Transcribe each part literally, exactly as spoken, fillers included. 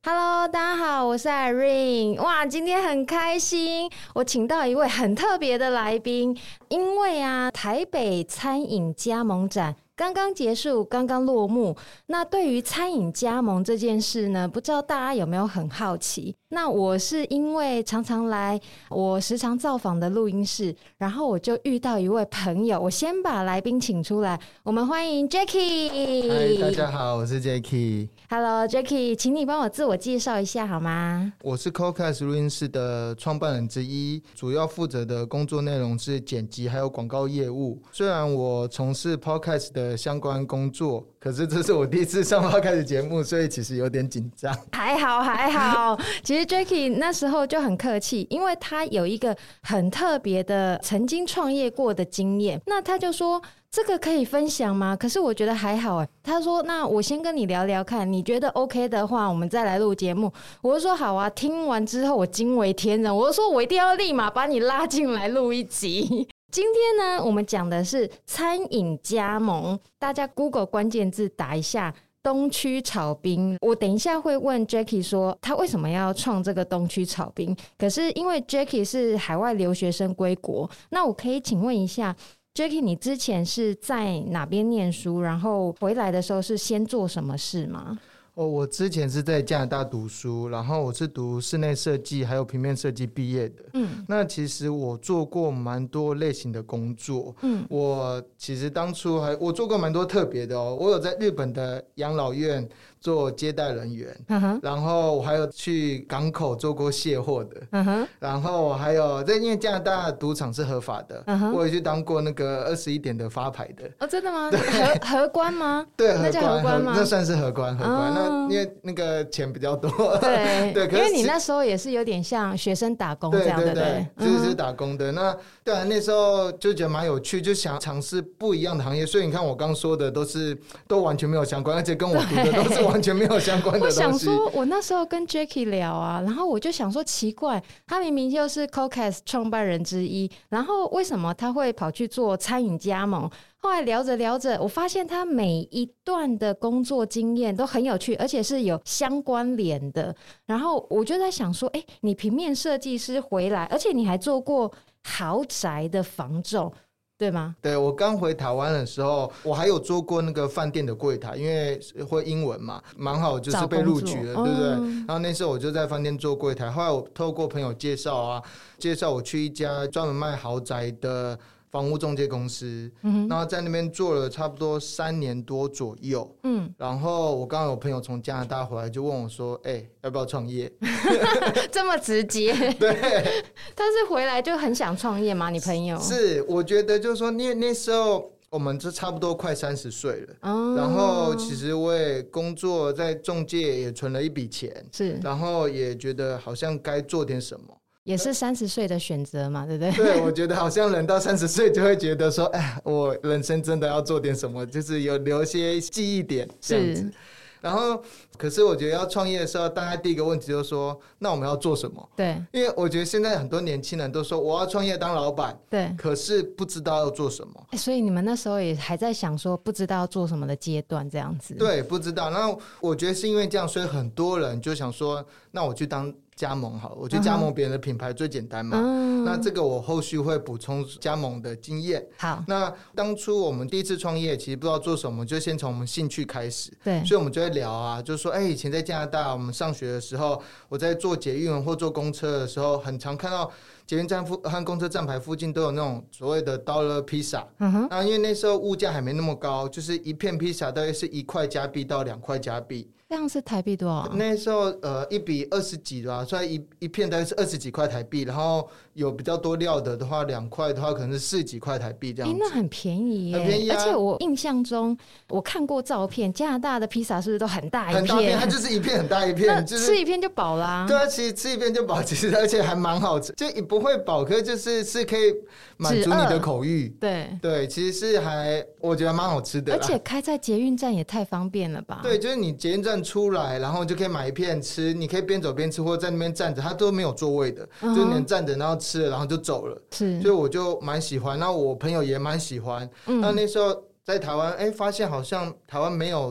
Hello， 大家好，我是 Irene。哇，今天很开心，我请到一位很特别的来宾，因为啊，台北餐饮加盟展刚刚结束，刚刚落幕。那对于餐饮加盟这件事呢，不知道大家有没有很好奇？那我是因为常常来我时常造访的录音室，然后我就遇到一位朋友，我先把来宾请出来，我们欢迎 Jacky。 嗨，大家好，我是 Jacky。 Hello Jacky， 请你帮我自我介绍一下好吗？ 我是 Cocast 录音室的创办人之一，主要负责的工作内容是剪辑还有广告业务。虽然我从事 Podcast 的相关工作，可是这是我第一次上 Podcast 节目，所以其实有点紧张。 还好还好，其实 Jacky 那时候就很客气，因为他有一个很特别的曾经创业过的经验，那他就说这个可以分享吗？可是我觉得还好哎。他说那我先跟你聊聊看，你觉得 OK 的话我们再来录节目。我就说好啊，听完之后我惊为天人，我就说我一定要立马把你拉进来录一集。今天呢我们讲的是餐饮加盟，大家 Google 关键字打一下东区炒冰，我等一下会问 Jacky 说他为什么要创这个东区炒冰。可是因为 Jacky 是海外留学生归国，那我可以请问一下Jacky， 你之前是在哪边念书？然后回来的时候是先做什么事吗？ 哦，我之前是在加拿大读书，然后我是读室内设计还有平面设计毕业的。嗯，那其实我做过蛮多类型的工作。嗯，我其实当初还我做过蛮多特别的哦。我有在日本的养老院做接待人员，嗯、然后我还有去港口做过卸货的，嗯、然后还有在因为加拿大赌场是合法的，嗯、我也去当过那个二十一点的发牌的。 哦，真的吗？荷荷官吗？ 对， 那叫荷官吗？ 那算是荷官，荷官。哦，那因为那个钱比较多， 对对，因为你那时候也是有点像学生打工这样的，对对对，就是打工的。嗯、那对啊，那时候就觉得蛮有趣，就想尝试不一样的行业。所以你看我刚说的都是都完全没有相关，而且跟我读的都是完全没有相关的东西。 我想说，我那时候跟 Jacky 聊啊，然后我就想说奇怪，他明明就是 Cocast 创办人之一，然后为什么他会跑去做餐饮加盟？后来聊着聊着，我发现他每一段的工作经验都很有趣，而且是有相关联的。然后我就在想说，哎，你平面设计师回来，而且你还做过豪宅的房仲，对吗？ 对，我刚回台湾的时候，我还有做过那个饭店的柜台，因为会英文嘛，蛮好，就是被录取了，对不对？嗯、然后那时候我就在饭店做柜台，后来我透过朋友介绍啊，介绍我去一家专门卖豪宅的房屋中介公司，嗯、然后在那边做了差不多三年多左右。嗯，然后我刚刚有朋友从加拿大回来，就问我说：“哎、欸，要不要创业？” 这么直接？ 对， 他是回来就很想创业吗？你朋友？ 是，我觉得就是说，因为那时候我们就差不多快三十岁了，哦、然后其实我也工作在中介也存了一笔钱，是，然后也觉得好像该做点什么。 也是三十岁的选择嘛，对不对？ 对，我觉得好像人到三十岁就会觉得说，哎，我人生真的要做点什么，就是有留一些记忆点这样子。然后，可是我觉得要创业的时候，大家第一个问题就是说，那我们要做什么？对，因为我觉得现在很多年轻人都说我要创业当老板，对，可是不知道要做什么。 欸、所以你们那时候也还在想说不知道要做什么的阶段，这样子。 对，不知道。然后我觉得是因为这样，所以很多人就想说，那我去当加盟好了，我去加盟别人的品牌最简单嘛。嗯、那这个我后续会补充加盟的经验。好，那当初我们第一次创业，其实不知道做什么，就先从我们兴趣开始。对，所以我们就会聊啊，就说，哎、欸，以前在加拿大，我们上学的时候，我在坐捷运或坐公车的时候，很常看到捷运站附和公车站牌附近都有那种所谓的 dollar pizza。嗯哼，那因为那时候物价还没那么高，就是一片披萨大概是一块加币到两块加币。 这样是台币多少？ 那时候呃一比二十几吧，所以一一片大概是二十几块台币，然后有比较多料的的话，两块的话可能是四几块台币这样子。 欸，那很便宜耶， 很便宜啊！ 而且我印象中，我看过照片，加拿大的披萨是不是都很大一片？ 很大片，它就是一片很大一片，就是吃一片就饱啦，啊。 对啊，其实吃一片就饱，其实而且还蛮好吃，就也不会饱，可是就是是可以满足你的口欲。对对，其实是还我觉得蛮好吃的， 而且开在捷运站也太方便了吧？ 对，就是你捷运站出来，然后就可以买一片吃，你可以边走边吃，或者在那边站着，它都没有座位的，嗯、就你站着然后吃了，然后就走了。是，所以我就蛮喜欢，那我朋友也蛮喜欢。嗯、那那时候在台湾，哎，发现好像台湾没有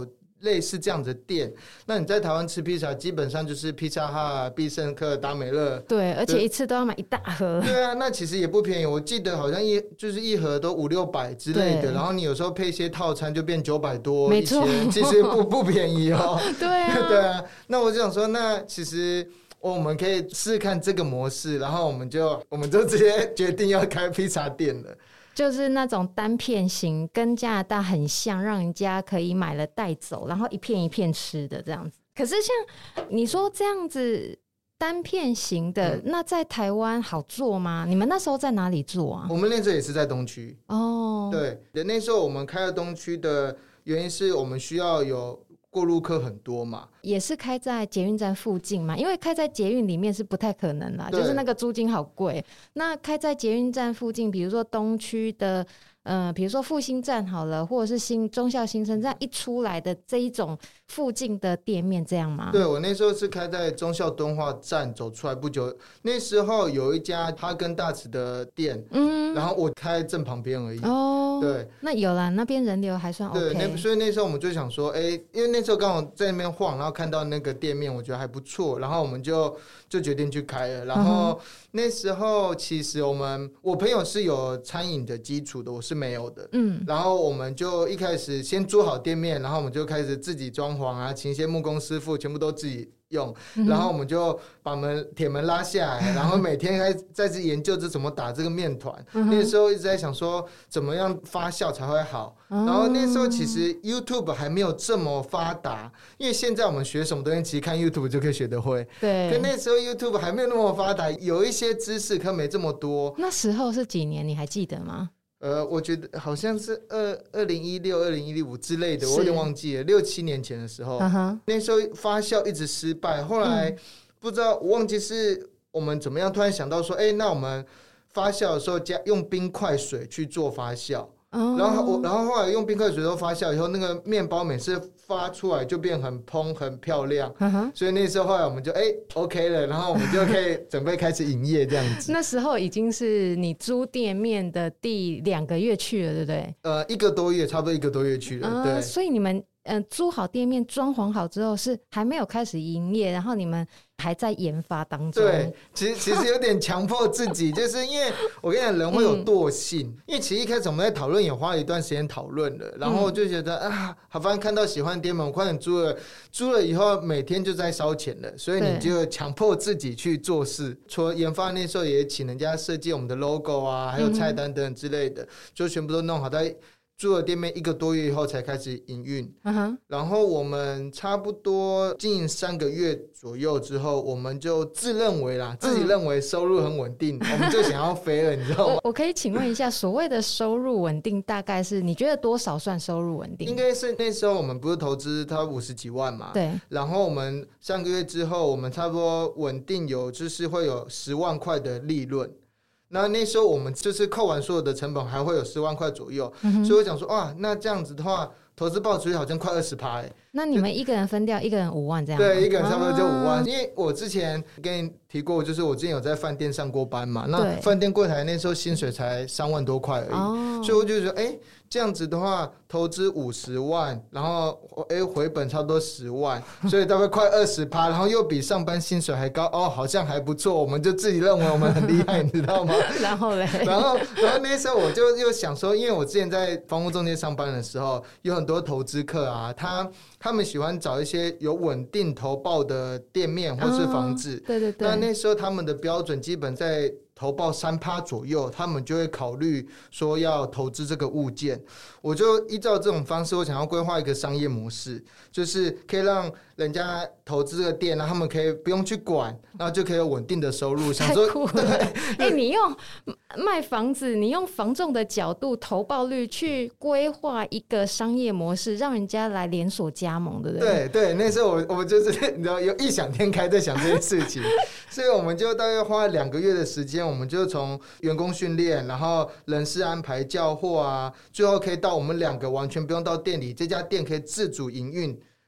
类似这样的店。那你在台湾吃披萨，基本上就是披萨哈、必胜客、达美乐， 对，而且一次都要买一大盒。 对啊，那其实也不便宜，我记得好像一就是一盒都五六百之类的，然后你有时候配一些套餐就变九百多， 没错， 其实不不便宜哦。 对啊， 对啊。那我就想说，那其实我们可以试试看这个模式，然后我们就我们就直接决定要开披萨店了。 就是那种单片型，跟加拿大很像，让人家可以买了带走，然后一片一片吃的这样子。可是像你说这样子单片型的，嗯、那在台湾好做吗？你们那时候在哪里做啊？ 我们那时候也是在东区哦。对，那时候我们开了东区的原因是我们需要有过路客很多嘛， 也是开在捷运站附近嘛，因为开在捷运里面是不太可能啦，就是那个租金好贵。那开在捷运站附近，比如说东区的呃，比如说复兴站好了，或者是新忠孝新生站一出来的这一种附近的店面，这样吗？ 对，我那时候是开在忠孝敦化站走出来不久，那时候有一家哈根达斯的店，嗯，然后我开在正旁边而已。哦，对， 那有啦，那边人流还算 OK。 对，那所以那时候我们就想说，哎、欸，因为那时候刚好在那边晃，然后看到那个店面，我觉得还不错，然后我们就就决定去开了。然后那时候其实我们我朋友是有餐饮的基础的，我是没有的，嗯，然后我们就一开始先租好店面，然后我们就开始自己装潢啊，请一些木工师傅，全部都自己用，然后我们就把门铁门拉下来，然后每天还在这研究这怎么打这个面团。那时候一直在想说怎么样发酵才会好，然后那时候其实 YouTube 还没有这么发达，因为现在我们学什么东西其实看 YouTube 就可以学得会，对，可那时候 YouTube 还没有那么发达，有一些知识可没这么多。 那时候是几年你还记得吗？ 呃，我觉得好像是二二零一六、二零一五之类的，我有点忘记了，六七年前的时候， uh-huh. 那时候发酵一直失败，后来、嗯、不知道我忘记是我们怎么样，突然想到说，哎、欸，那我们发酵的时候加用冰块水去做发酵。然后我，然后后来用冰块水都发酵以后，那个面包每次发出来就变很蓬很漂亮， uh-huh. 所以那时候后来我们就哎、欸、OK 了，然后我们就可以准备开始营业这样子。 那时候已经是你租店面的第两个月去了，对不对？ 呃，一个多月，差不多一个多月去了，呃、对。 所以你们呃租好店面、装潢好之后，是还没有开始营业，然后你们还在研发当中。 对，其实其实有点强迫自己，就是因为我跟你讲，人会有惰性、嗯。因为其实一开始我们在讨论，也花了一段时间讨论了，然后就觉得、嗯、啊，好，反正看到喜欢的店面，我快点租了。租了以后，每天就在烧钱了，所以你就强迫自己去做事。除了研发那时候，也请人家设计我们的 logo 啊，还有菜单等等之类的，嗯、就全部都弄好。在租了店面一个多月以后才开始营运、uh-huh. 然后我们差不多经营三个月左右之后，我们就自认为啦、嗯、自己认为收入很稳定，我们就想要飞了，你知道吗？ 我, 我可以请问一下，所谓的收入稳定大概是你觉得多少算收入稳定？ 应该是那时候我们不是投资它五十几万嘛，对，然后我们三个月之后我们差不多稳定有就是会有十万块的利润，那那时候我们就是扣完所有的成本还会有十万块左右、嗯、所以我想说哇，那这样子的话投资报酬率好像快 百分之二十、欸、 那你们一个人分掉一个人五万这样？ 对，一个人差不多就五万、啊、因为我之前跟你提过，就是我之前有在饭店上过班嘛，那饭店柜台那时候薪水才三万多块而已、哦、所以我就觉得哎、欸，这样子的话投资五十万，然后哎、欸、回本差不多十万，所以大概快 百分之二十， 然后又比上班薪水还高，哦，好像还不错，我们就自己认为我们很厉害你知道吗？ 然后嘞， 然后然后那时候我就又想说，因为我之前在房屋中介上班的时候，有很多投资客啊，他他们喜欢找一些有稳定投报的店面或是房子、哦、对对对，那那时候他们的标准基本在投报 百分之三 左右，他们就会考虑说要投资这个物件。我就依照这种方式，我想要规划一个商业模式，就是可以让人家投资这个店，然后他们可以不用去管，然后就可以有稳定的收入。想说， 哎、欸，你用卖房子，你用房仲的角度、投报率去规划一个商业模式，让人家来连锁加盟，对不对？ 对对，那时候我我们就是你知道有异想天开在想这件事情，所以我们就大概花两个月的时间，我们就从员工训练，然后人事安排、叫货啊，最后可以到我们两个完全不用到店里，这家店可以自主营运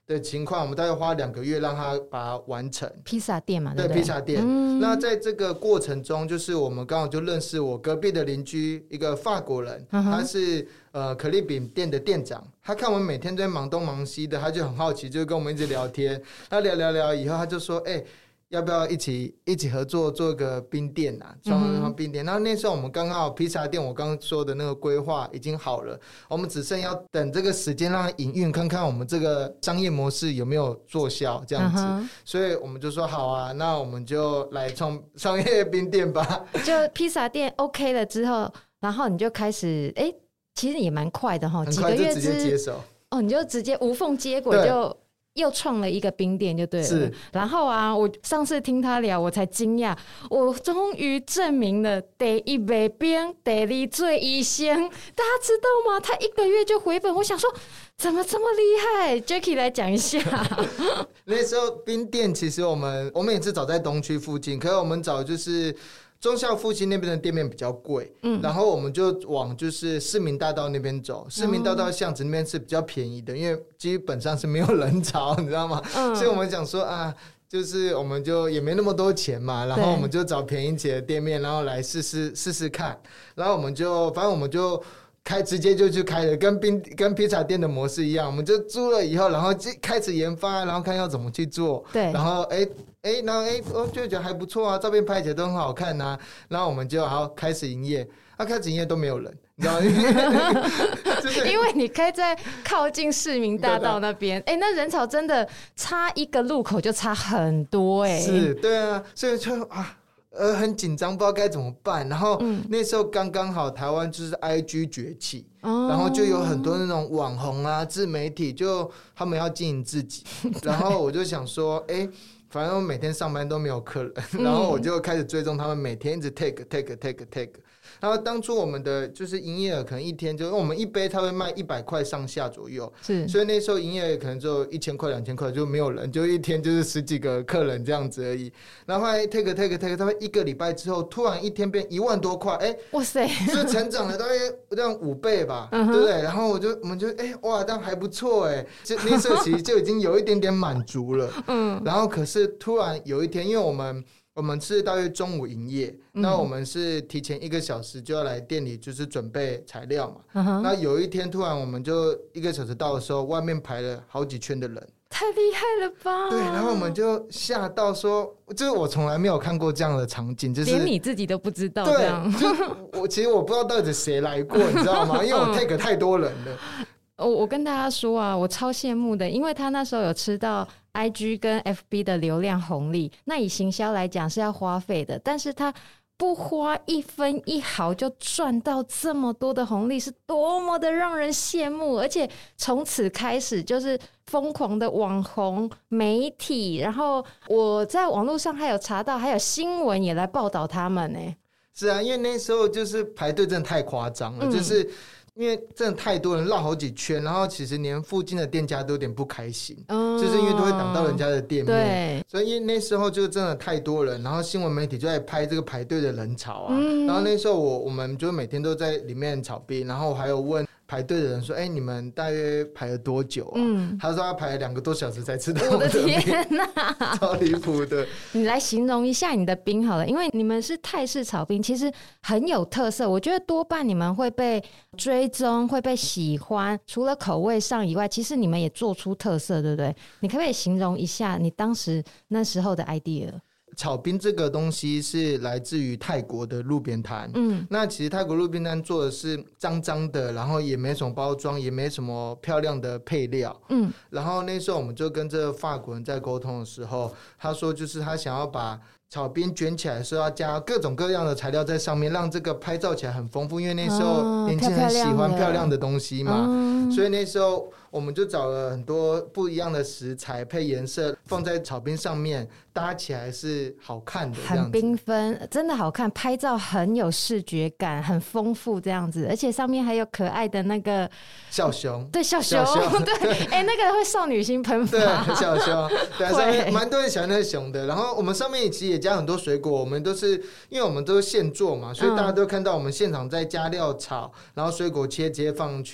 的情况，我们大概花两个月让他把它完成。 披萨店嘛，对对，披萨店、嗯。那在这个过程中，就是我们刚好就认识我隔壁的邻居一个法国人，嗯、他是呃可丽饼店的店长。他看我们每天在忙东忙西的，他就很好奇，就跟我们一直聊天。他聊聊聊以后，他就说：“哎、欸。”要不要一起一起合作做个冰店啊？装装冰店。然后那时候我们刚好披萨店，我刚刚说的那个规划已经好了，我们只剩要等这个时间让它营运，看看我们这个商业模式有没有做效这样子。Uh-huh. 所以我们就说好啊，那我们就来创商业冰店吧。 就披萨店 OK 了之后，然后你就开始，哎、欸，其实也蛮快的哈， 几个月之直接接手哦，你就直接无缝接轨就。又创了一个冰店就对了， 是。 然后啊，我上次听他聊，我才惊讶，我终于证明了第一卖冰，第二最医生。大家知道吗？他一个月就回本，我想说怎么这么厉害 ？Jacky 来讲一下。 那时候冰店其实我们我们也是找在东区附近，可是我们找就是。忠孝复兴那边的店面比较贵、嗯，然后我们就往就是市民大道那边走。市民大道巷子那边是比较便宜的，因为基本上是没有人潮，你知道吗？嗯、所以我们想说啊，就是我们就也没那么多钱嘛，然后我们就找便宜些的店面，然后来试试试试看。然后我们就反正我们就开直接就去开了，跟冰跟披萨店的模式一样，我们就租了以后，然后就开始研发，然后看要怎么去做。对，然后哎。哎、欸，然后哎，我就觉得还不错啊，照片拍起来都很好看啊。然后我们就好开始营业，啊，开始营业都没有人，你知道吗？ 因为你开在靠近市民大道那边，哎、欸，那人潮真的差一个路口就差很多哎、欸。 是，对啊，所以就啊，呃，很紧张，不知道该怎么办。然后、嗯、那时候刚刚好，台湾就是 I G 崛起。哦、然后就有很多那种网红啊、自媒体，就他们要经营自己。然后我就想说，哎、欸。反正我每天上班都没有客人，然后我就开始追踪他们，每天一直 take take take take。然后当初我们的就是营业额可能一天就，因为我们一杯它会卖一百块上下左右，是，所以那时候营业额可能就一千块两千块就没有人，就一天就是十几个客人这样子而已。然后后来 take take take， 他们一个礼拜之后，突然一天变一万多块，哎，哇塞，就成长了大概这样五倍吧，对不对？然后我就我们就哎哇，这样还不错哎，就那时候其实就已经有一点点满足了，嗯。然后可是突然有一天，因为我们。我们是大约中午营业、嗯，那我们是提前一个小时就要来店里，就是准备材料嘛。嗯、那有一天突然我们就一个小时到的时候，外面排了好几圈的人， 太厉害了吧？ 对，然后我们就吓到说，就是我从来没有看过这样的场景，就是连你自己都不知道这样。 对，就我其实我不知道到底谁来过，你知道吗？因为我 take 太多人了。 我我跟大家说啊，我超羡慕的，因为他那时候有吃到 I G 跟 F B 的流量红利，那以行销来讲是要花费的，但是他不花一分一毫就赚到这么多的红利，是多么的让人羡慕。而且从此开始就是疯狂的网红媒体，然后我在网络上还有查到，还有新闻也来报道他们呢、欸。 是啊，因为那时候就是排队真的太夸张了、嗯、就是因为真的太多人绕好几圈，然后其实连附近的店家都有点不开心、嗯、就是因为都会挡到人家的店面，对，所以因为那时候就真的太多人，然后新闻媒体就在拍这个排队的人潮啊、嗯、然后那时候我我们就每天都在里面炒冰，然后我还有问排队的人说，哎、欸，你们大约排了多久啊？嗯、他说他排了两个多小时才吃到我的冰。我的天哪，超离谱的。 你来形容一下你的冰好了，因为你们是泰式炒冰，其实很有特色，我觉得多半你们会被追踪，会被喜欢，除了口味上以外，其实你们也做出特色，对不对？你可不可以形容一下你当时那时候的 idea？ 炒冰这个东西是来自于泰国的路边摊，嗯，那其实泰国路边摊做的是脏脏的，然后也没什么包装，也没什么漂亮的配料，嗯，然后那时候我们就跟这个法国人在沟通的时候，他说就是他想要把炒冰卷起来的时候要加各种各样的材料在上面，让这个拍照起来很丰富，因为那时候年轻人喜欢漂亮的东西嘛、哦、所以那时候我们就找了很多不一样的食材配颜色放在炒冰上面，搭起来是好看的， 很缤纷，真的好看，拍照很有视觉感，很丰富这样子，而且上面还有可爱的那个小熊， 对，小熊，对，哎、欸，那个会少女心喷发， 对，小熊，对，上面蛮多人喜欢那个熊的。然后我们上面其实也加很多水果，我们都是因为我们都是现做嘛，所以大家都看到我们现场在加料炒，然后水果切直接放上去。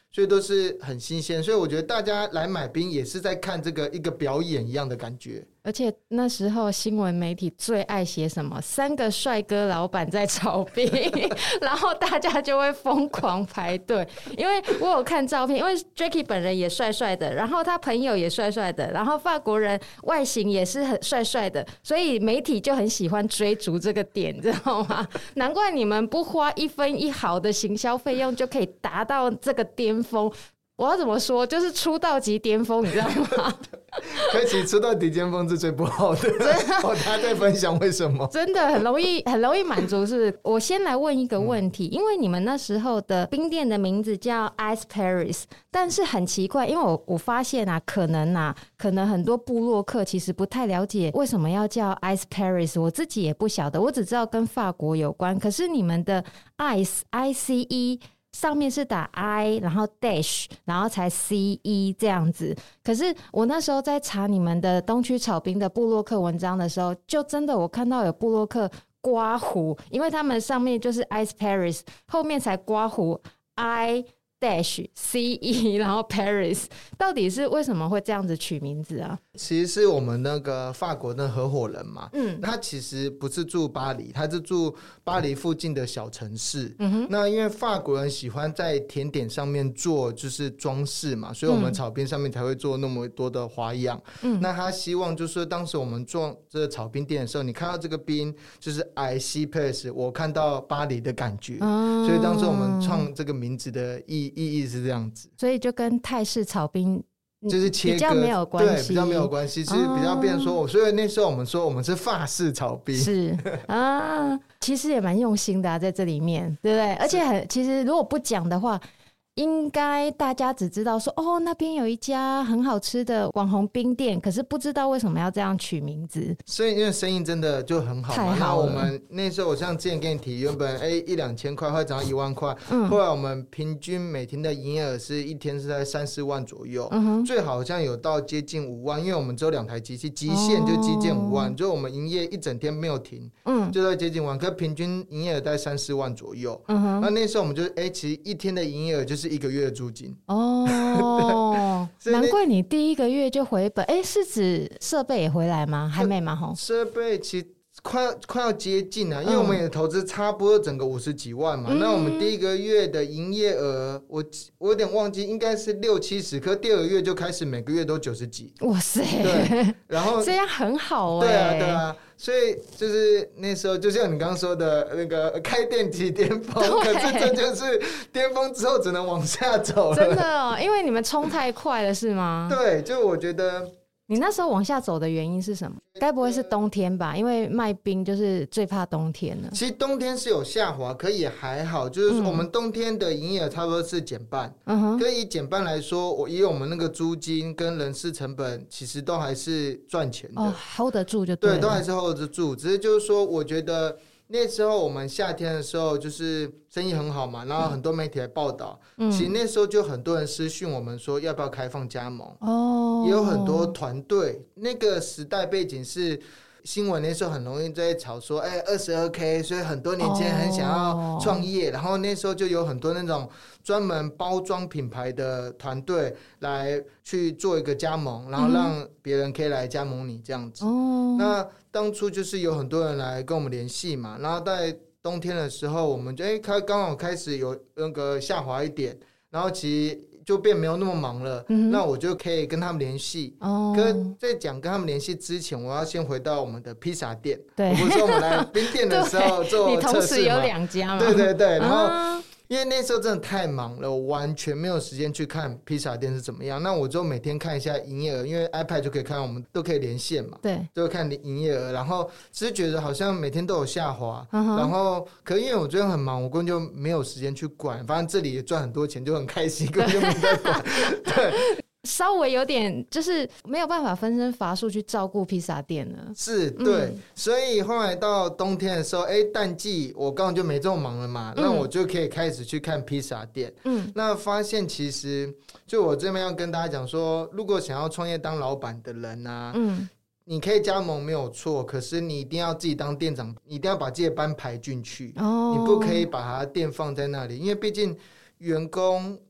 所以都是很新鲜，所以我觉得大家来买冰也是在看这个一个表演一样的感觉。 而且那时候新闻媒体最爱写什么三个帅哥老板在炒冰然后大家就会疯狂排队，因为我有看照片，因为 Jacky 本人也帅帅的，然后他朋友也帅帅的，然后法国人外形也是很帅帅的，所以媒体就很喜欢追逐这个点，知道吗？难怪你们不花一分一毫的行销费用就可以达到这个巅峰。我要怎么说，就是出道即巅峰，你知道吗？ 可其实出道即巅峰是最不好的。哦，他在分享为什么？ 真的很容易，很容易满足。是我先来问一个问题，因为你们那时候的冰店的名字叫 Ice Paris， 但是很奇怪，因为我我发现啊，可能啊，可能很多部落客其实不太了解为什么要叫 Ice Paris， 我自己也不晓得，我只知道跟法国有关。可是你们的 Ice I C E。上面是打 I， 然后 dash， 然后才 C E 这样子。可是我那时候在查你们的东区炒冰的部落客文章的时候，就真的我看到有部落客刮胡，因为他们上面就是 Ice Paris， 后面才刮胡 I dash C E， 然后 Paris， 到底是为什么会这样子取名字啊？ 其实是我们那个法国的合伙人嘛， 嗯， 他其实不是住巴黎，他是住巴黎附近的小城市。嗯哼，那因为法国人喜欢在甜点上面做就是装饰嘛，所以我们炒冰上面才会做那么多的花样。嗯，那他希望就是说，当时我们做这个炒冰店的时候，你看到这个冰就是 I C Paris， 我看到巴黎的感觉，嗯，所以当时我们创这个名字的意意义是这样子， 所以就跟泰式炒冰。 就是切割比较没有关系， 对，比较没有关系，是比较变成说，所以那时候我们说我们是法式炒冰， 是啊，其实也蛮用心的啊，在这里面，对不对？而且很，其实如果不讲的话，应该大家只知道说，哦，那边有一家很好吃的网红冰店，可是不知道为什么要这样取名字。 所以因为生意真的就很好嘛， 太好了。 那我们那时候我像之前跟你提，原本哎一两千块会涨到一万块，嗯，后来我们平均每天的营业额是一天是在三四万左右，嗯，最好像有到接近五万，因为我们只有两台机器，极限就基建五万，哦，就我们营业一整天没有停，嗯，就在接近五万，可平均营业额在三四万左右。嗯，那那时候我们就哎其实一天的营业额就是一个月的租金哦，难怪你第一个月就回本。哎，是指设备也回来吗？还没吗？吼， 设备其实快要快要接近了，因为我们也投资差不多整个五十几万嘛。嗯，那我们第一个月的营业额，我我有点忘记，应该是六七十，可第二个月就开始每个月都九十几。 哇塞！ 对，然后这样很好哎， 欸。对啊，对啊。所以就是那时候，就像你刚刚说的那个开店即巅峰，可是这就是巅峰之后只能往下走了。 真的哦，因为你们冲太快了，是吗？ 对，就我觉得。 你那时候往下走的原因是什么？该不会是冬天吧？因为卖冰就是最怕冬天了。 其实冬天是有下滑，可也还好，就是我们冬天的营业额差不多是减半。嗯哼，可以减半来说，我以我们那个租金跟人事成本，其实都还是赚钱的。 哦 ，hold 得住就对了。 对，都还是 hold 得住。只是就是说，我觉得。那时候我们夏天的时候就是生意很好嘛，然后很多媒体来报道，嗯，其实那时候就很多人私讯我们说要不要开放加盟，哦，也有很多团队。那个时代背景是新闻那时候很容易在吵说，哎，二十二 K， 所以很多年轻人很想要创业，哦，然后那时候就有很多那种专门包装品牌的团队来去做一个加盟，然后让别人可以来加盟你这样子。哦，那当初就是有很多人来跟我们联系嘛，然后在冬天的时候，我们就哎开刚好开始有那个下滑一点，然后其实就变没有那么忙了，嗯，那我就可以跟他们联系。哦，可在讲跟他们联系之前，我要先回到我们的披萨店。对，不是我们来冰店的时候做测试嘛？ 你同时有两家嘛？ 对对对，然后。啊，因为那时候真的太忙了，我完全没有时间去看披萨店是怎么样。那我就每天看一下营业额，因为 iPad 就可以看，我们都可以连线嘛，对，就会看营业额。然后只是觉得好像每天都有下滑，uh-huh. 然后可因为我最近很忙，我根本就没有时间去管。反正这里也赚很多钱，就很开心，根本就没在管。对。 稍微有点就是没有办法分身乏术去照顾披萨店了， 是对、嗯，所以后来到冬天的时候，哎，淡季我刚好就没这么忙了嘛、嗯，那我就可以开始去看披萨店。嗯，那发现其实就我这边要跟大家讲说，如果想要创业当老板的人啊，嗯，你可以加盟没有错，可是你一定要自己当店长，你一定要把自己的班排进去，哦，你不可以把他店放在那里，因为毕竟。员工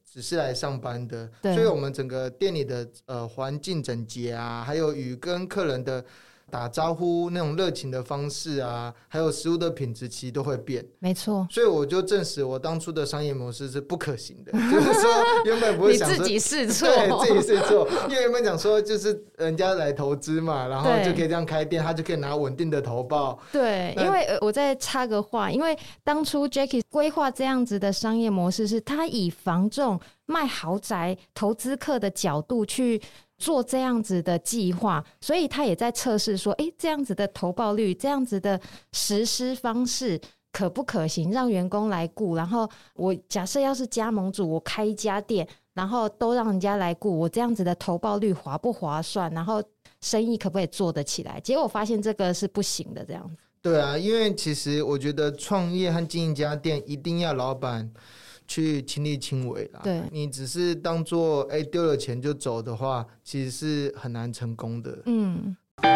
只是来上班的，所以我们整个店里的呃环境整洁啊，还有与跟客人的打招呼那种热情的方式啊，还有食物的品质其实都会变。没错，所以我就证实我当初的商业模式是不可行的，就是说原本不是想说你自己试错， 对，自己试错，因为原本讲说就是人家来投资嘛，然后就可以这样开店，他就可以拿稳定的投报。 对，因为我再插个话，因为当初 Jackie 规划这样子的商业模式是他以房仲卖豪宅投资客的角度去做这样子的计划，所以他也在测试说，哎，这样子的投报率，这样子的实施方式可不可行，让员工来雇。然后我假设要是加盟主，我开一家店，然后都让人家来雇，我这样子的投报率划不划算，然后生意可不可以做得起来。结果发现这个是不行的这样子。 对啊，因为其实我觉得创业和经营一家店一定要老板去亲力亲为啦，对，你只是当做哎丢了钱就走的话，其实是很难成功的。嗯。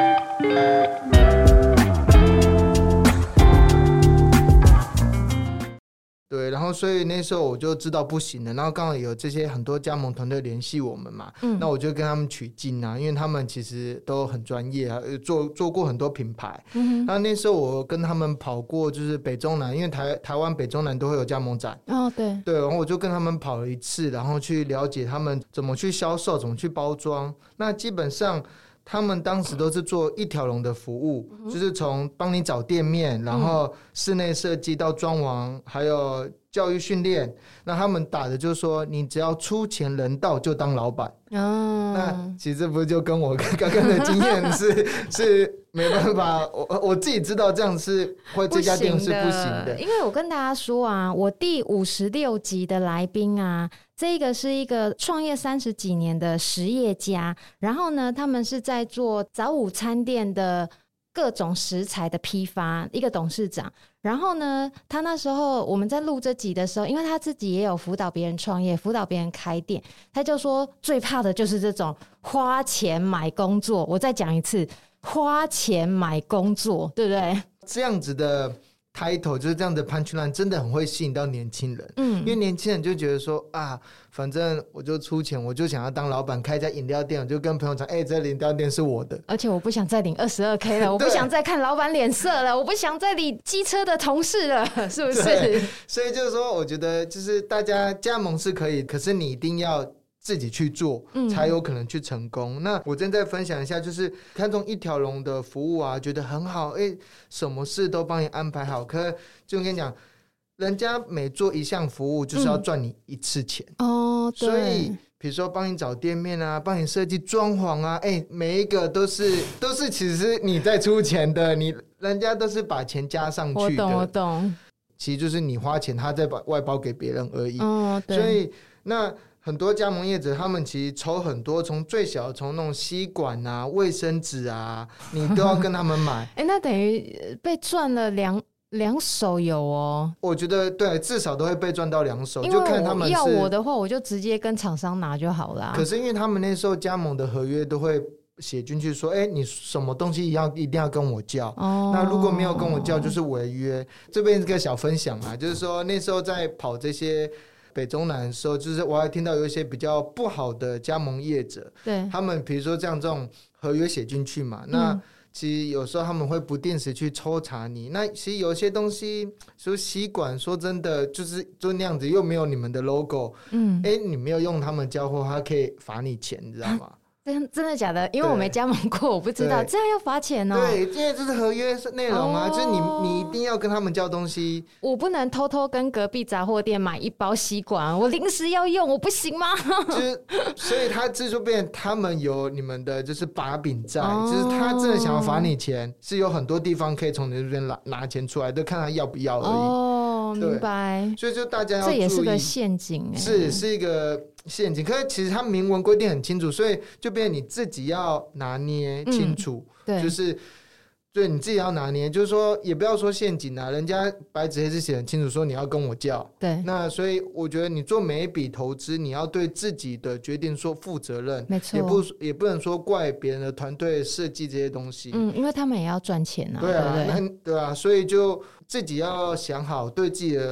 对，然后所以那时候我就知道不行了，然后刚好有这些很多加盟团队联系我们嘛，嗯，那我就跟他们取经啊，因为他们其实都很专业啊，做做过很多品牌，嗯，那那时候我跟他们跑过就是北中南，因为台台湾北中南都会有加盟展，哦，对对，然后我就跟他们跑了一次，然后去了解他们怎么去销售，怎么去包装，那基本上他们当时都是做一条龙的服务，嗯，就是从帮你找店面，然后室内设计到装潢，还有教育训练。那他们打的就是说，你只要出钱人到就当老板。哦，那其实不就跟我刚刚的经验是是没办法，我我自己知道这样是会这家店是不行的。 因为我跟大家说啊，我第五十六集的来宾啊，这个是一个创业三十几年的实业家，然后呢，他们是在做早午餐店的各种食材的批发，一个董事长。然后呢，他那时候我们在录这集的时候，因为他自己也有辅导别人创业，辅导别人开店，他就说最怕的就是这种花钱买工作。我再讲一次，花钱买工作，对不对？ 这样子的title 就是这样的 punchline 真的很会吸引到年轻人，嗯，因为年轻人就觉得说啊，反正我就出钱，我就想要当老板，开一家饮料店，我就跟朋友讲，哎、欸，这饮料店是我的， 而且我不想再领 二十二K 了，我不想再看老板脸色了，我不想再理机车的同事了，是不是？ 所以就是说，我觉得就是大家加盟是可以，可是你一定要自己去做才有可能去成功、嗯、那我正在分享一下，就是看中一条龙的服务啊，觉得很好，哎，什么事都帮你安排好，可是就跟你讲，人家每做一项服务就是要赚你一次钱、嗯、哦，对，所以比如说帮你找店面啊，帮你设计装潢啊，哎，每一个都是都是其实你在出钱的，你人家都是把钱加上去的， 我懂我懂， 其实就是你花钱，他再把外包给别人而已。哦，对，所以那很多加盟业者，他们其实抽很多，从最小从那种吸管啊、卫生纸啊，你都要跟他们买。 哎、欸，那等于被赚了两两手有哦。 我觉得对，至少都会被赚到两手，就看他们是。 要我的话，我就直接跟厂商拿就好了。 可是因为他们那时候加盟的合约都会写进去说，哎、欸，你什么东西要一定要跟我叫、哦、那如果没有跟我叫就是违约。这边是个小分享啊，就是说那时候在跑这些北中南的时候，就是我还听到有一些比较不好的加盟业者，对，他们比如说这样这种合约写进去嘛、嗯、那其实有时候他们会不定时去抽查你，那其实有些东西说吸管，说真的就是就那样子，又没有你们的 logo， 嗯，哎，你没有用他们交货，他可以罚你钱，你知道吗？ 真真的假的？因为我没加盟过，我不知道这样要罚钱哦。 对，因为这是合约内容啊，哦、就是你你一定要跟他们交东西。 我不能偷偷跟隔壁杂货店买一包吸管，我临时要用，我不行吗？ 就是，所以他这就变他们有你们的就是把柄在，哦、就是他真的想要罚你钱，是有很多地方可以从你这边拿拿钱出来，就看他要不要而已。哦， 明白。 所以就大家要注意， 这也是个陷阱、欸， 是是一个陷阱。可是其实他明文规定很清楚，所以就变成你自己要拿捏清楚，嗯、对，就是对你自己要拿捏，就是说也不要说陷阱啊，人家白纸黑字写很清楚，说你要跟我叫，对，那所以我觉得你做每一笔投资，你要对自己的决定说负责任，没错，也不也不能说怪别人的团队设计这些东西， 嗯，因为他们也要赚钱啊， 对啊， 对不对？ 对啊，所以就自己要想好，对自己的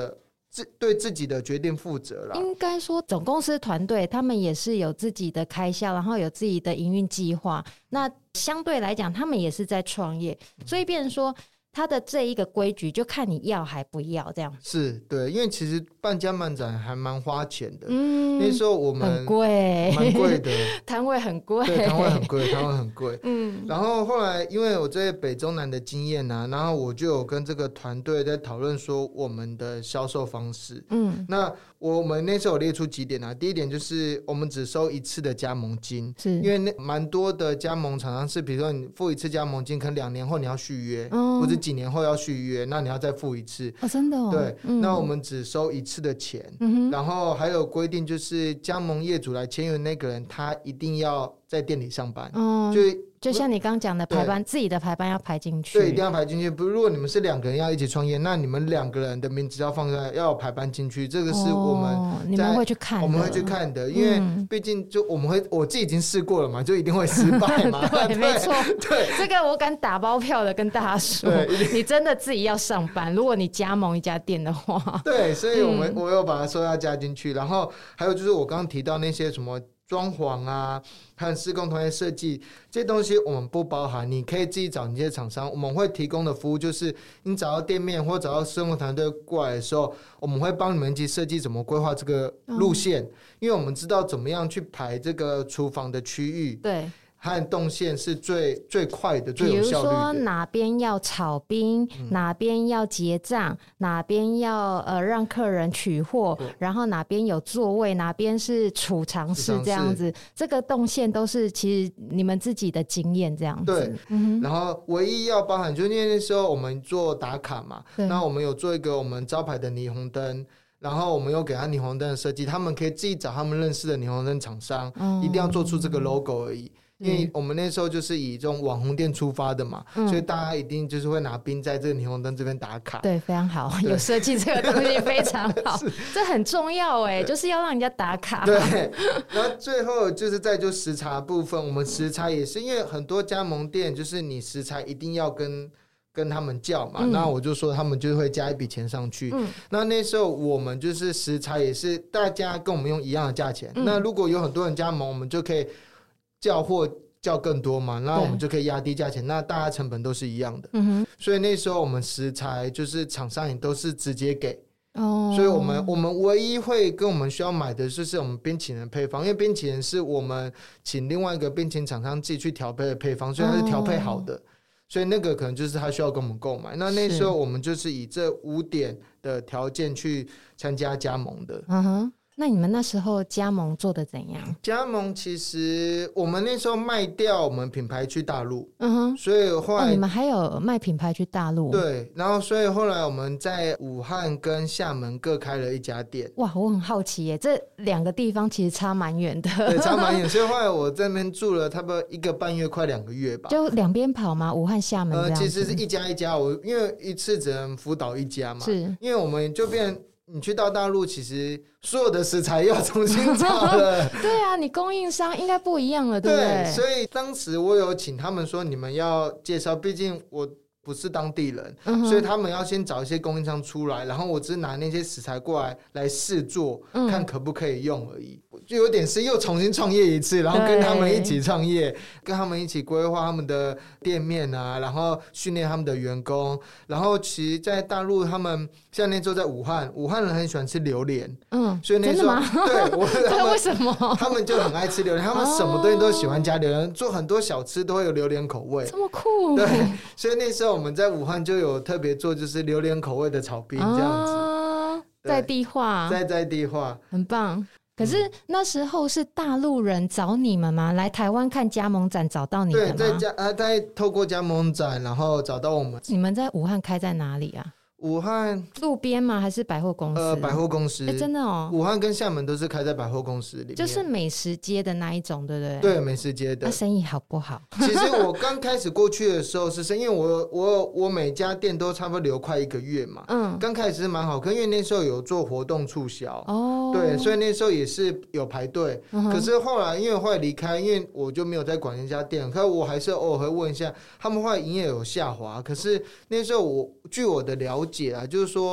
自对自己的决定负责啦。 应该说总公司团队他们也是有自己的开销，然后有自己的营运计划，那相对来讲他们也是在创业，所以变成说他的这一个规矩就看你要还不要这样。 是对，因为其实办家漫展还蛮花钱的，嗯，那时候我们很贵， 蛮贵的， 摊位很贵， 对，摊位很贵，摊位很贵， 嗯。 然后后来因为我在北中南的经验啊，然后我就有跟这个团队在讨论说我们的销售方式，嗯，那我们那时候有列出几点啊，第一点就是我们只收一次的加盟金，是因为那蛮多的加盟厂商是，比如说你付一次加盟金，可能两年后你要续约，哦，或者几年后要续约，那你要再付一次， 哦，真的哦， 对，嗯，那我们只收一次的钱，嗯，然后还有规定就是加盟业主来签约那个人，他一定要在店里上班，哦，就就像你刚刚讲的排班，自己的排班要排进去， 对，一定要排进去。不，如果你们是两个人要一起创业，那你们两个人的名字要放在要排班进去，这个是我们、哦、 你们会去看的， 我们会去看的，因为毕竟就我们会，我自己已经试过了嘛，就一定会失败嘛。 对， 对， 没错， 对， 这个我敢打包票的跟大家说，你真的自己要上班，如果你加盟一家店的话， 对，所以我们、嗯、我有把它说要加进去，然后还有就是我刚刚提到那些什么装潢啊，还有施工团队设计这些东西我们不包含，你可以自己找你这些厂商，我们会提供的服务就是你找到店面或找到施工团队过来的时候，我们会帮你们一起设计怎么规划这个路线、嗯、因为我们知道怎么样去排这个厨房的区域，对，和动线是最最快的、最有效率的。比如说哪边要炒冰、嗯，哪边要结账，哪边要呃让客人取货，然后哪边有座位，哪边是储藏室这样子，这个动线都是其实你们自己的经验这样子。 对，嗯、然后唯一要包含，就因为那时候我们做打卡嘛，那我们有做一个我们招牌的霓虹灯。然后我们有给他霓虹灯的设计，他们可以自己找他们认识的霓虹灯厂商、嗯，一定要做出这个 logo 而已。因为我们那时候就是以这种网红店出发的嘛、嗯，所以大家一定就是会拿冰在这个霓虹灯这边打卡。 对，非常好，有设计这个东西非常好，这很重要哎，就是要让人家打卡。 对，然后最后就是在就食材部分，我们食材也是因为很多加盟店就是你食材一定要跟。跟他们叫嘛、嗯，那我就说他们就会加一笔钱上去、嗯。那那时候我们就是食材也是大家跟我们用一样的价钱、嗯。那如果有很多人加盟，我们就可以叫货叫更多嘛，那我们就可以压低价钱，那大家成本都是一样的。嗯、所以那时候我们食材就是厂商也都是直接给。哦，所以我们我们唯一会跟我们需要买的就是我们冰淇淋的配方，因为冰淇淋是我们请另外一个冰淇淋厂商自己去调配的配方，所以它是调配好的。哦，所以那个可能就是他需要跟我们购买，那那时候我们就是以这五点的条件去参加加盟的。 嗯哼，那你们那时候加盟做的怎样？ 加盟其实我们那时候卖掉我们品牌去大陆，嗯哼，所以后来、 哦、你们还有卖品牌去大陆？ 对，然后所以后来我们在武汉跟厦门各开了一家店。 哇，我很好奇耶，这两个地方其实差蛮远的。 对，差蛮远，所以后来我在那边住了差不多一个半月，快两个月吧。 就两边跑吗？武汉、厦门这样子？ 呃，其实是一家一家，我因为一次只能辅导一家嘛，是因为我们就变。你去到大陆，其实所有的食材要重新找了。 对啊，你供应商应该不一样了，对不对？ 对，所以当时我有请他们说，你们要介绍，毕竟我不是当地人、嗯，所以他们要先找一些供应商出来，然后我只是拿那些食材过来来试做、嗯，看可不可以用而已。就有点是又重新创业一次，然后跟他们一起创业，跟他们一起规划他们的店面啊，然后训练他们的员工。然后其实在大陆他们像那时候在武汉，武汉人很喜欢吃榴莲，嗯，所以那时候对我对为什么他们就很爱吃榴莲，他们什么东西都喜欢加榴莲、哦，做很多小吃都会有榴莲口味， 这么酷。 对，所以那时候我们在武汉就有特别做就是榴莲口味的炒冰这样子，哦、 在地化， 在在地化， 很棒。可是那时候是大陆人找你们吗？来台湾看加盟展找到你们吗？ 对，在加啊，在透过加盟展，然后找到我们。 你们在武汉开在哪里啊？ 武汉路边吗？还是百货公司？ 呃，百货公司。 哎、欸，真的哦。 武汉跟厦门都是开在百货公司里面， 就是美食街的那一种，对不对？ 对，美食街的。 那、啊、生意好不好？ 其实我刚开始过去的时候是，因为我我我每家店都差不多留快一个月嘛。嗯。刚开始是蛮好，可因为那时候有做活动促销。哦。对，所以那时候也是有排队、嗯。可是后来因为后来离开，因为我就没有再管那家店，可是我还是偶尔会问一下，他们后来营业有下滑。可是那时候我据我的了解啊，就是说。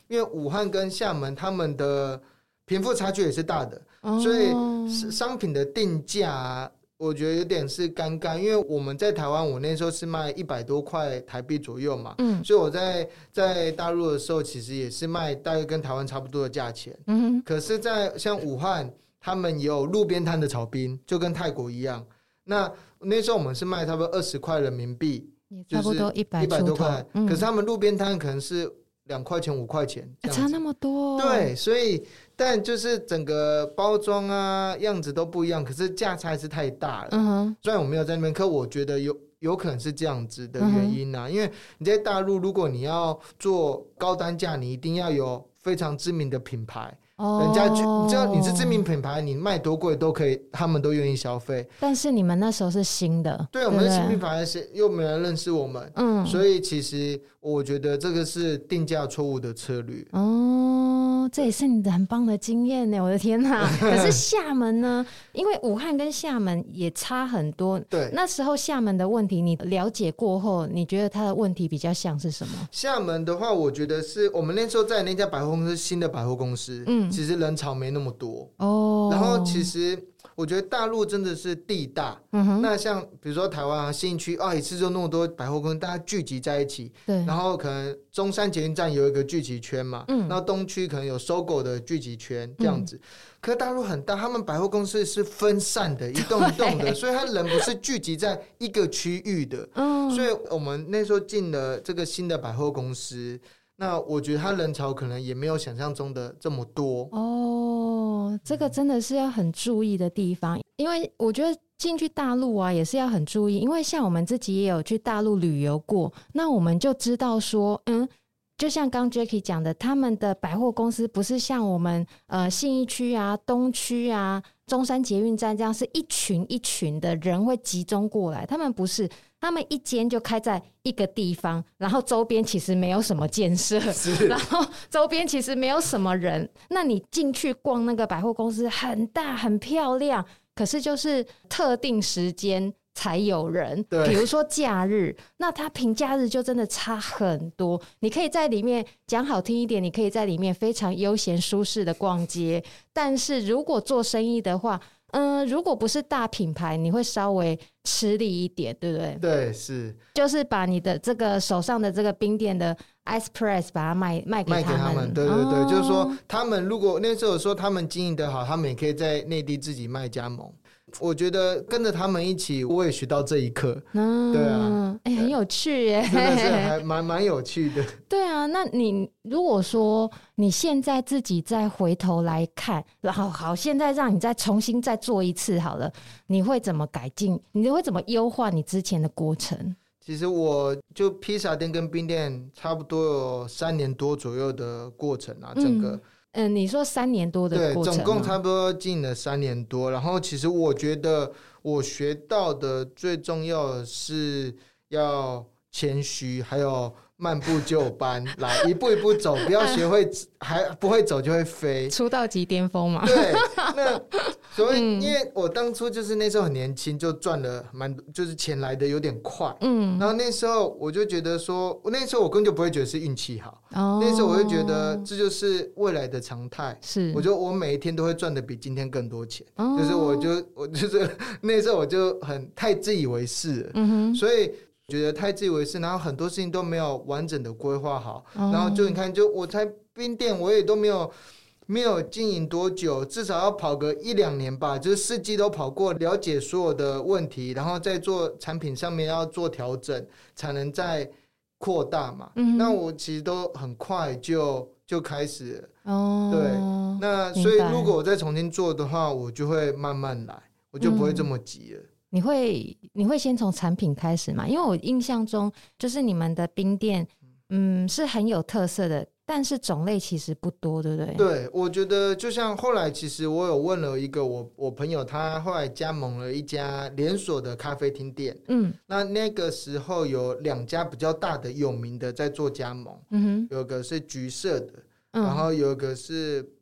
因为武汉跟厦门他们的贫富差距也是大的，哦、所以商品的定价、啊。我觉得有点是尴尬，因为我们在台湾，我那时候是卖一百多块台币左右嘛，嗯，所以我在在大陆的时候，其实也是卖大概跟台湾差不多的价钱，嗯，可是，在像武汉，他们有路边摊的炒冰，就跟泰国一样。那那时候我们是卖差不多二十块人民币， 差不多一百多块，嗯，可是他们路边摊可能是两块钱、五块钱， 差那么多， 对，所以。但就是整个包装啊样子都不一样，可是价差还是太大了。嗯、虽然我没有在那边，可我觉得有有可能是这样子的原因啊。嗯、因为你在大陆，如果你要做高单价，你一定要有非常知名的品牌。哦、人家就只要你是知名品牌，你卖多贵都可以，他们都愿意消费。 但是你们那时候是新的， 对，我们是新品牌，是又没人认识我们，嗯，所以其实我觉得这个是定价错误的策略。 哦，这也是你的很棒的经验呢！我的天哪！可是厦门呢？因为武汉跟厦门也差很多。 对， 那时候厦门的问题，你了解过后，你觉得它的问题比较像是什么？ 厦门的话，我觉得是我们那时候在那家百货公司，新的百货公司，嗯。其实人潮没那么多哦，然后其实我觉得大陆真的是地大，嗯、那像比如说台湾啊信义区啊，一次就那么多百货公司，大家聚集在一起，对，然后可能中山捷运站有一个聚集圈嘛，嗯，然后东区可能有SOGO的聚集圈这样子，嗯、可是大陆很大，他们百货公司是分散的，一栋一栋的，所以他人不是聚集在一个区域的，嗯，所以我们那时候进了这个新的百货公司。那我觉得他人潮可能也没有想象中的这么多哦，这个真的是要很注意的地方，因为我觉得进去大陆啊也是要很注意，因为像我们自己也有去大陆旅游过，那我们就知道说，嗯，就像刚 Jackie 讲的，他们的百货公司不是像我们呃信义区啊、东区啊、中山捷运站这样是一群一群的人会集中过来，他们不是。他们一间就开在一个地方，然后周边其实没有什么建设，然后周边其实没有什么人。那你进去逛那个百货公司，很大很漂亮，可是就是特定时间才有人，比如说假日，那它平假日就真的差很多。你可以在里面讲好听一点，你可以在里面非常悠闲舒适的逛街，但是如果做生意的话，嗯、呃，如果不是大品牌，你会稍微吃力一点，对不对？ 对，是， 就是把你的这个手上的这个冰店的 Ice Press 把它卖卖给他们，卖给他们， 对对对，哦、就是说他们如果那时候说他们经营得好，他们也可以在内地自己卖加盟。我觉得跟着他们一起，我也学到这一课。嗯，对啊， 哎、欸，很有趣耶， 真的是还蛮蛮有趣的。 对啊，那你如果说你现在自己再回头来看，然后好，现在让你再重新再做一次好了，你会怎么改进？你会怎么优化你之前的过程？ 其实我就披萨店跟冰店差不多有三年多左右的过程啊，整个。嗯嗯，你说三年多的过程， 对，总共差不多经营了三年多。然后其实我觉得我学到的最重要的是要谦虚，还有漫步就班，来一步一步走，不要学会还不会走就会飞， 出道即巅峰嘛。 对，那所以、嗯、因为我当初就是那时候很年轻，就赚了蛮，就是钱来的有点快，嗯，然后那时候我就觉得说，那时候我根本就不会觉得是运气好，哦，那时候我就觉得这就是未来的常态，是，我觉得我每一天都会赚的比今天更多钱，哦、就是我就我就是那时候我就很太自以为是了，嗯哼，所以。觉得太自以为是，然后很多事情都没有完整的规划好，哦、然后就你看，就我才冰店，我也都没有没有经营多久，至少要跑个一两年吧，就是四季都跑过，了解所有的问题，然后再做产品上面要做调整，才能再扩大嘛。嗯、那我其实都很快就就开始了，哦，对，那所以如果我再重新做的话，我就会慢慢来，我就不会这么急了。嗯你会你会先从产品开始吗？因为我印象中就是你们的冰店嗯是很有特色的，但是种类其实不多，对不对？ 对，我觉得就像后来其实我有问了一个我我朋友，他后来加盟了一家连锁的咖啡厅店，嗯，那那个时候有两家比较大的有名的在做加盟，嗯哼，有个是橘色的，嗯、然后有一个是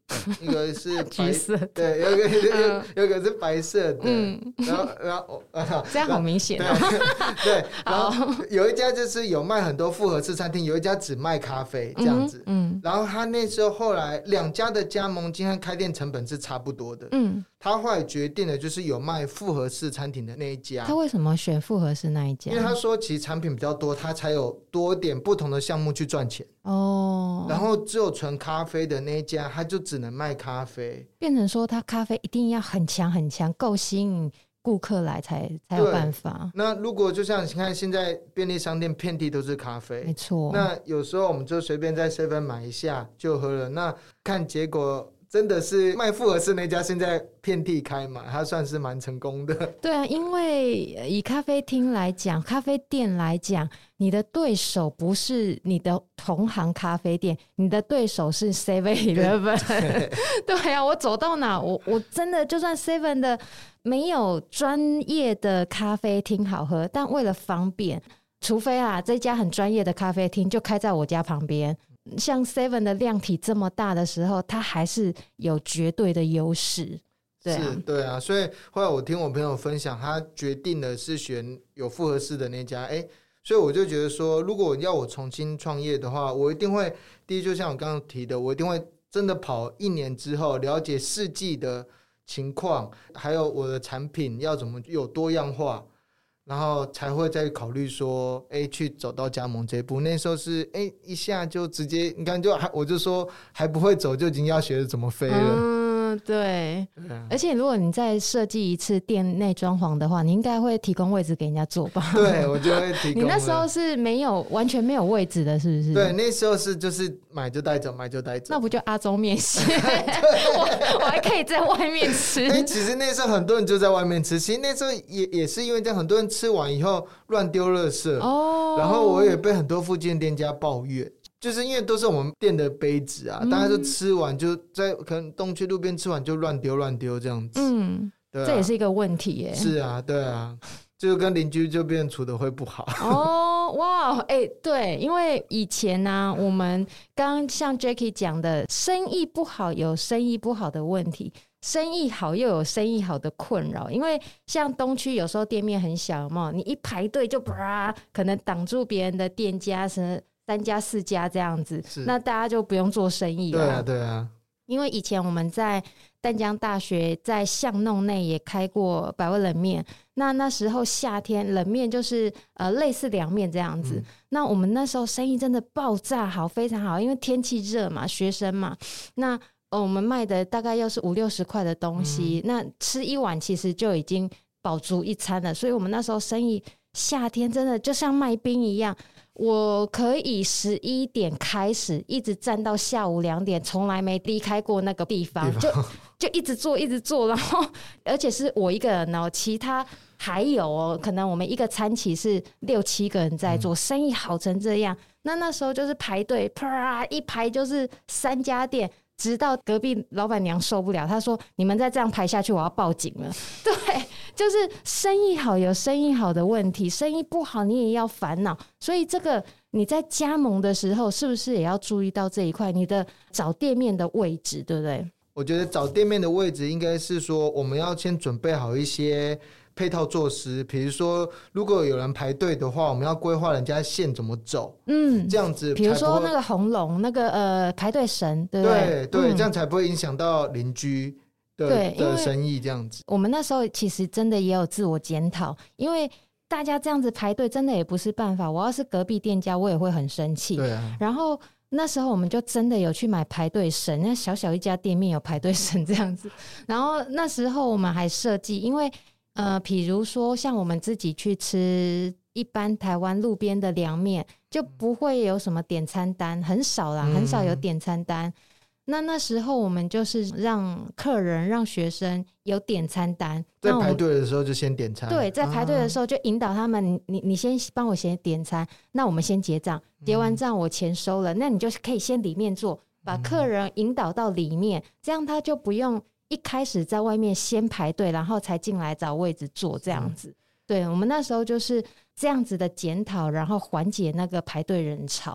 一个是橘色， 对，有一个有有一个是白色的，嗯，然后然后这样好明显哦。 对，对，然后有一家就是有卖很多复合式餐厅，有一家只卖咖啡这样子，嗯，然后他那时候后来两家的加盟金和开店成本是差不多的，嗯，他后来决定的就是有卖复合式餐厅的那一家。 他为什么选复合式那一家？ 因为他说其实产品比较多，他才有多点不同的项目去赚钱哦。然后只有纯咖啡的那一家，他就只能卖咖啡， 变成说他咖啡一定要很强很强，够吸引顾客来才才有办法。 那如果就像你看现在便利商店遍地都是咖啡， 没错。 那有时候我们就随便在 seven 买一下就喝了，那看结果真的是卖复合式那家现在遍地开嘛，它算是蛮成功的。 对啊，因为以咖啡厅来讲，咖啡店来讲，你的对手不是你的同行咖啡店，你的对手是 seven eleven。 对啊，我走到哪，我我真的就算 seven 的没有专业的咖啡厅好喝，但为了方便，除非啊这家很专业的咖啡厅就开在我家旁边，像 seven 的量体这么大的时候，它还是有绝对的优势。对啊， 是，对啊，所以后来我听我朋友分享，他决定的是选有复合式的那家，哎，所以我就觉得说，如果要我重新创业的话，我一定会，第一就像我刚刚提的，我一定会真的跑一年之后，了解四季的情况，还有我的产品要怎么有多样化，然后才会再考虑说，哎，去走到加盟这一步。那时候是，哎，一下就直接，你看就还，我就说还不会走，就已经要学着怎么飞了。 嗯，对。而且如果你再设计一次店内装潢的话，你应该会提供位置给人家坐吧？ 对，我就会提供。 你那时候是没有完全没有位置的，是不是？ 对，那时候是就是买就带走，买就带走。 那不就阿中面线？我我还可以在外面吃。 哎，其实那时候很多人就在外面吃，其实那时候也也是因为这样，很多人吃完以后乱丢垃圾哦，然后我也被很多附近的店家抱怨。就是因为都是我们店的杯子啊，嗯、大家就吃完就在可能东区路边吃完就乱丢乱丢这样子，嗯，对、啊， 这也是一个问题耶。 是啊，对啊，就跟邻居就变处的会不好。 哦，哇，哎、欸，对，因为以前呢、啊，我们刚刚像 Jackie 讲的，生意不好有生意不好的问题，生意好又有生意好的困扰。因为像东区有时候店面很小，有没有？你一排队就啪，可能挡住别人的店家是。三家四家这样子，那大家就不用做生意了。 对啊，对啊。 因为以前我们在淡江大学在巷弄内也开过百味冷面，那那时候夏天冷面就是呃类似凉面这样子、嗯。那我们那时候生意真的爆炸好，非常好，因为天气热嘛，学生嘛，那、呃、我们卖的大概又是五六十块的东西、嗯，那吃一碗其实就已经饱足一餐了，所以我们那时候生意夏天真的就像卖冰一样。我可以十一点开始一直站到下午两点，从来没离开过那个地方，就就一直做一直做，然后而且是我一个人哦，其他还有哦，可能我们一个餐期是六七个人在做，嗯、生意好成这样。那那时候就是排队，啪一排就是三家店，直到隔壁老板娘受不了，她说：“你们再这样排下去，我要报警了。”对。就是生意好有生意好的问题，生意不好你也要烦恼，所以这个你在加盟的时候是不是也要注意到这一块，你的找店面的位置，对不对？ 我觉得找店面的位置应该是说我们要先准备好一些配套措施，比如说如果有人排队的话，我们要规划人家线怎么走，嗯，这样子比如说那个红龙那个呃排队绳，对不对？ 对对、嗯，这样才不会影响到邻居对的生意这样子。 我们那时候其实真的也有自我检讨，因为大家这样子排队真的也不是办法，我要是隔壁店家我也会很生气。 对啊。 然后那时候我们就真的有去买排队绳，那小小一家店面有排队绳这样子。然后那时候我们还设计，因为呃，比如说像我们自己去吃一般台湾路边的凉面，就不会有什么点餐单，很少啦，很少有点餐单。嗯，那那时候我们就是让客人让学生有点餐单， 在排队的时候就先点餐。 对，在排队的时候就引导他们，啊、你你先帮我先点餐，那我们先结账，结完账我钱收了，嗯、那你就可以先里面坐，把客人引导到里面，嗯、这样他就不用一开始在外面先排队，然后才进来找位置坐这样子。嗯、对，我们那时候就是这样子的检讨，然后缓解那个排队人潮。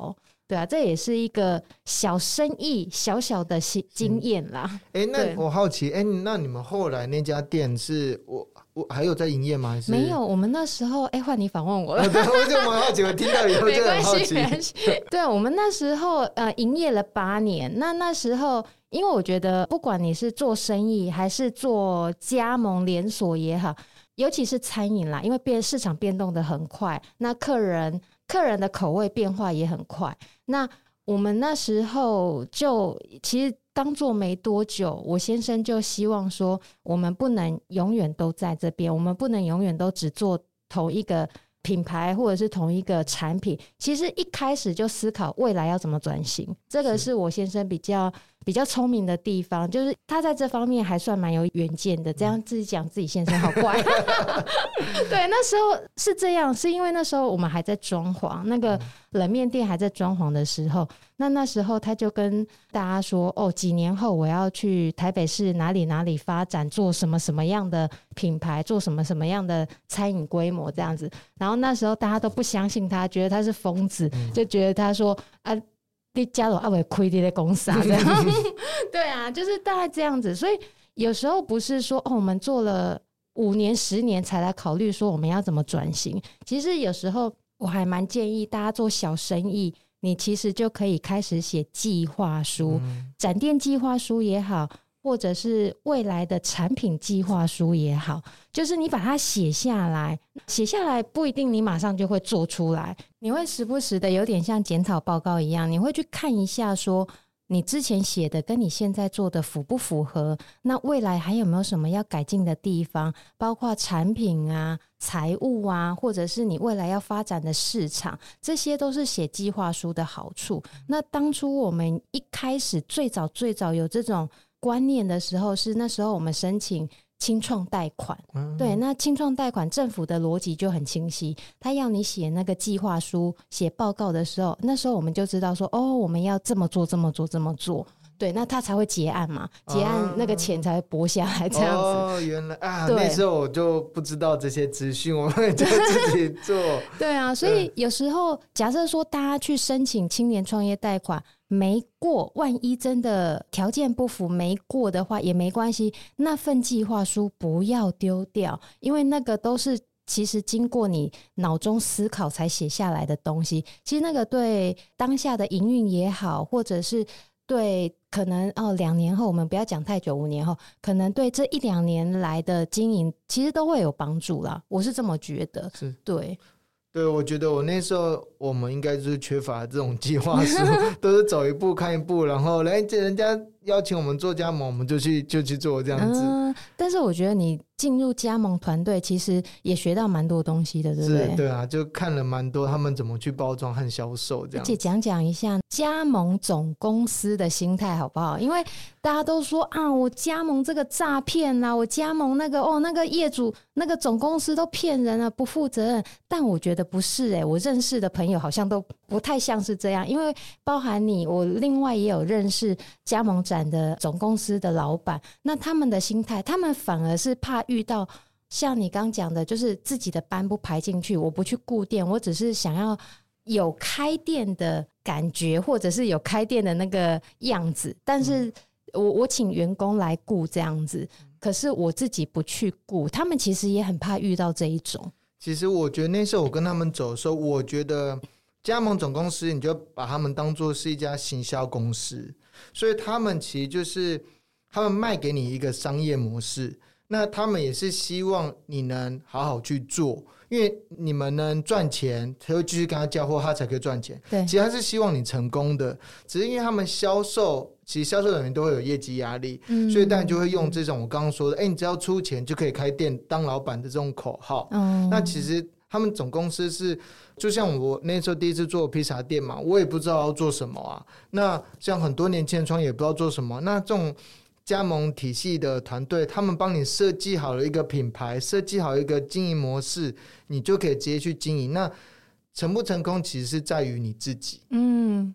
对啊，这也是一个小生意小小的经验啦。 哎、欸，那我好奇，哎、欸，那你们后来那家店是我我还有在营业吗？还是没有？我们那时候，哎、欸，换你访问我了。 对，我就蛮好奇，我听到以后就很好奇。 没关系，对，我们那时候呃营业了八年。那那时候，因为我觉得，不管你是做生意还是做加盟连锁也好，尤其是餐饮啦，因为变市场变动的很快，那客人客人的口味变化也很快。那我们那时候就其实刚做没多久，我先生就希望说，我们不能永远都在这边，我们不能永远都只做同一个品牌或者是同一个产品。其实一开始就思考未来要怎么转型，这个是我先生比较比较聪明的地方，就是他在这方面还算蛮有远见的。这样自己讲自己先生好怪对，那时候是这样，是因为那时候我们还在装潢，那个冷面店还在装潢的时候，那那时候他就跟大家说，哦，几年后我要去台北市哪里哪里发展，做什么什么样的品牌，做什么什么样的餐饮规模这样子。然后那时候大家都不相信他，觉得他是疯子，就觉得他说啊，你家楼阿伟亏你的公司啊，这样对啊，就是大概这样子。所以有时候不是说哦，我们做了五年、十年才来考虑说我们要怎么转型。其实有时候我还蛮建议大家做小生意，你其实就可以开始写计划书，嗯、展店计划书也好，或者是未来的产品计划书也好，就是你把它写下来，写下来不一定你马上就会做出来，你会时不时的有点像检讨报告一样，你会去看一下说你之前写的跟你现在做的符不符合，那未来还有没有什么要改进的地方，包括产品啊、财务啊，或者是你未来要发展的市场，这些都是写计划书的好处。那当初我们一开始最早最早有这种观念的时候，是那时候我们申请青创贷款、嗯、对，那青创贷款政府的逻辑就很清晰，他要你写那个计划书写报告的时候，那时候我们就知道说，哦，我们要这么做这么做这么做，对，那他才会结案嘛，结案那个钱才会拨下来这样子。 哦，原来啊，那时候我就不知道这些资讯，我们就自己做对啊，所以有时候假设说大家去申请青年创业贷款没过，万一真的条件不符没过的话也没关系，那份计划书不要丢掉，因为那个都是其实经过你脑中思考才写下来的东西，其实那个对当下的营运也好，或者是对可能哦两年后，我们不要讲太久，五年后可能对这一两年来的经营其实都会有帮助啦，我是这么觉得。 是， 对对，我觉得我那时候我们应该就是缺乏这种计划书都是走一步看一步，然后人家邀请我们做加盟我们就去就去做这样子、 嗯、但是我觉得你进入加盟团队其实也学到蛮多东西的，对不对？ 是，对啊，就看了蛮多他们怎么去包装和销售这样子。 而且讲讲一下加盟总公司的心态好不好？因为大家都说啊，我加盟这个诈骗啦，我加盟那个哦，那个业主那个总公司都骗人了，不负责任。但我觉得不是欸，我认识的朋友好像都不太像是这样，因为包含你，我另外也有认识加盟展的总公司的老板，那他们的心态，他们反而是怕遇到像你刚讲的，就是自己的班不排进去，我不去顾店，我只是想要有开店的感觉，或者是有开店的那个样子，但是我我请员工来顾这样子，可是我自己不去顾，他们其实也很怕遇到这一种。 其实我觉得那时候我跟他们走的时候，我觉得加盟总公司你就把他们当作是一家行销公司，所以他们其实就是他们卖给你一个商业模式，那他们也是希望你能好好去做，因为你们能赚钱才会继续跟他交货，他才可以赚钱。 对， 其实他是希望你成功的，只是因为他们销售，其实销售人员都会有业绩压力、嗯、所以当然就会用这种我刚刚说的哎、欸，你只要出钱就可以开店当老板的这种口号、嗯、那其实他们总公司是就像我那时候第一次做披萨店嘛，我也不知道要做什么啊，那像很多年轻人创业也不知道做什么，那这种加盟体系的团队，他们帮你设计好了一个品牌，设计好一个经营模式，你就可以直接去经营，那成不成功其实是在于你自己。嗯，